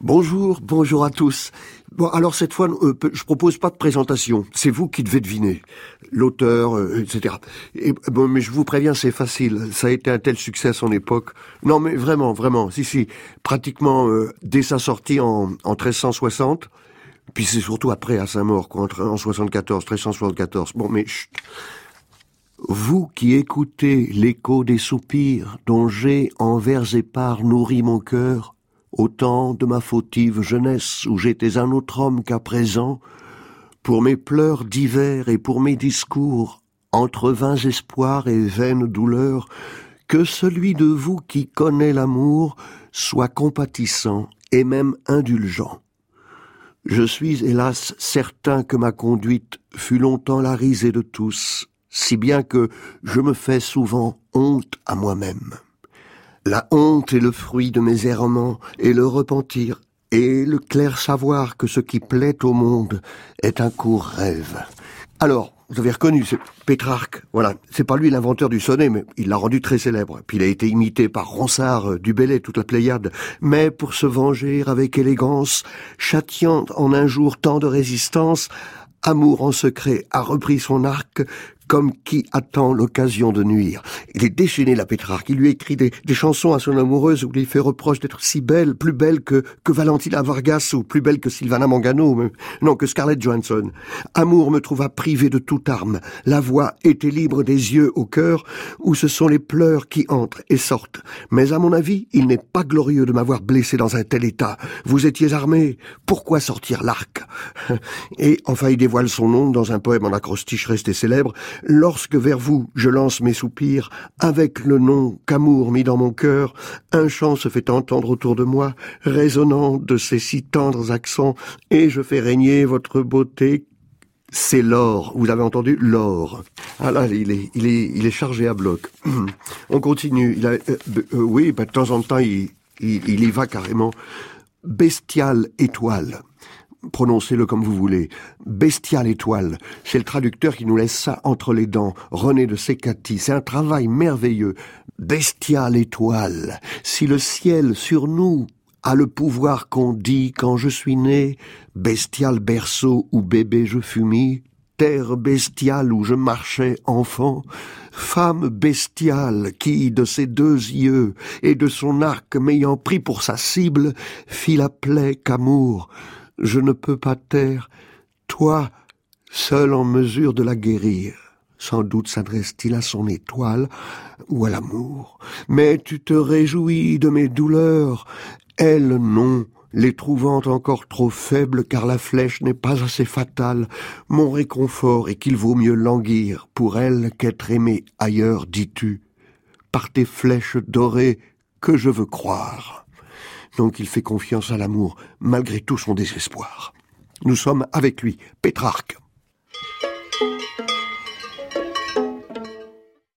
Bonjour à tous. Bon, alors cette fois, je propose pas de présentation. C'est vous qui devez deviner. L'auteur, etc. Mais je vous préviens, c'est facile. Ça a été un tel succès à son époque. Non, mais vraiment. Si. Pratiquement, dès sa sortie en 1360. Puis c'est surtout après, à sa mort, quoi, en 1374. Bon, mais chut. Vous qui écoutez l'écho des soupirs dont j'ai en vers épars nourri mon cœur, au temps de ma fautive jeunesse où j'étais un autre homme qu'à présent, pour mes pleurs d'hiver et pour mes discours, entre vains espoirs et vaines douleurs, que celui de vous qui connaît l'amour soit compatissant et même indulgent. Je suis, hélas, certain que ma conduite fut longtemps la risée de tous, si bien que je me fais souvent honte à moi-même. La honte est le fruit de mes errements et le repentir, et le clair savoir que ce qui plaît au monde est un court rêve. Alors, vous avez reconnu, c'est Pétrarque, voilà. C'est pas lui l'inventeur du sonnet, mais il l'a rendu très célèbre. Puis il a été imité par Ronsard, Du Bellay, toute la Pléiade. Mais pour se venger avec élégance, châtiant en un jour tant de résistance, Amour en secret a repris son arc, comme qui attend l'occasion de nuire. Il est déchaîné, la Pétrarque. Il lui écrit des chansons à son amoureuse où il lui fait reproche d'être si belle, plus belle que Valentina Vargas ou plus belle que Sylvana Mangano, non, que Scarlett Johansson. Amour me trouva privé de toute arme. La voix était libre des yeux au cœur, où ce sont les pleurs qui entrent et sortent. Mais à mon avis, il n'est pas glorieux de m'avoir blessé dans un tel état. Vous étiez armé, pourquoi sortir l'arc? Et enfin, il dévoile son nom dans un poème en acrostiche resté célèbre. Lorsque vers vous je lance mes soupirs, avec le nom qu'amour mis dans mon cœur, un chant se fait entendre autour de moi, résonnant de ses si tendres accents, et je fais régner votre beauté. C'est l'or. Vous avez entendu? L'or. Ah là, il est chargé à bloc. On continue. Oui, de temps en temps, il y va carrément. Bestiale étoile. Prononcez-le comme vous voulez. Bestiale étoile. C'est le traducteur qui nous laisse ça entre les dents. René de Secati. C'est un travail merveilleux. Bestiale étoile. Si le ciel sur nous a le pouvoir qu'on dit quand je suis né, bestial berceau où bébé je fus mis, terre bestiale où je marchais enfant, femme bestiale qui, de ses deux yeux et de son arc m'ayant pris pour sa cible, fit la plaie qu'amour je ne peux pas taire, toi, seul en mesure de la guérir. Sans doute s'adresse-t-il à son étoile ou à l'amour. Mais tu te réjouis de mes douleurs. Elle, non, les trouvant encore trop faibles car la flèche n'est pas assez fatale. Mon réconfort est qu'il vaut mieux languir pour elle qu'être aimé ailleurs, dis-tu. Par tes flèches dorées que je veux croire. Donc il fait confiance à l'amour, malgré tout son désespoir. Nous sommes avec lui, Pétrarque.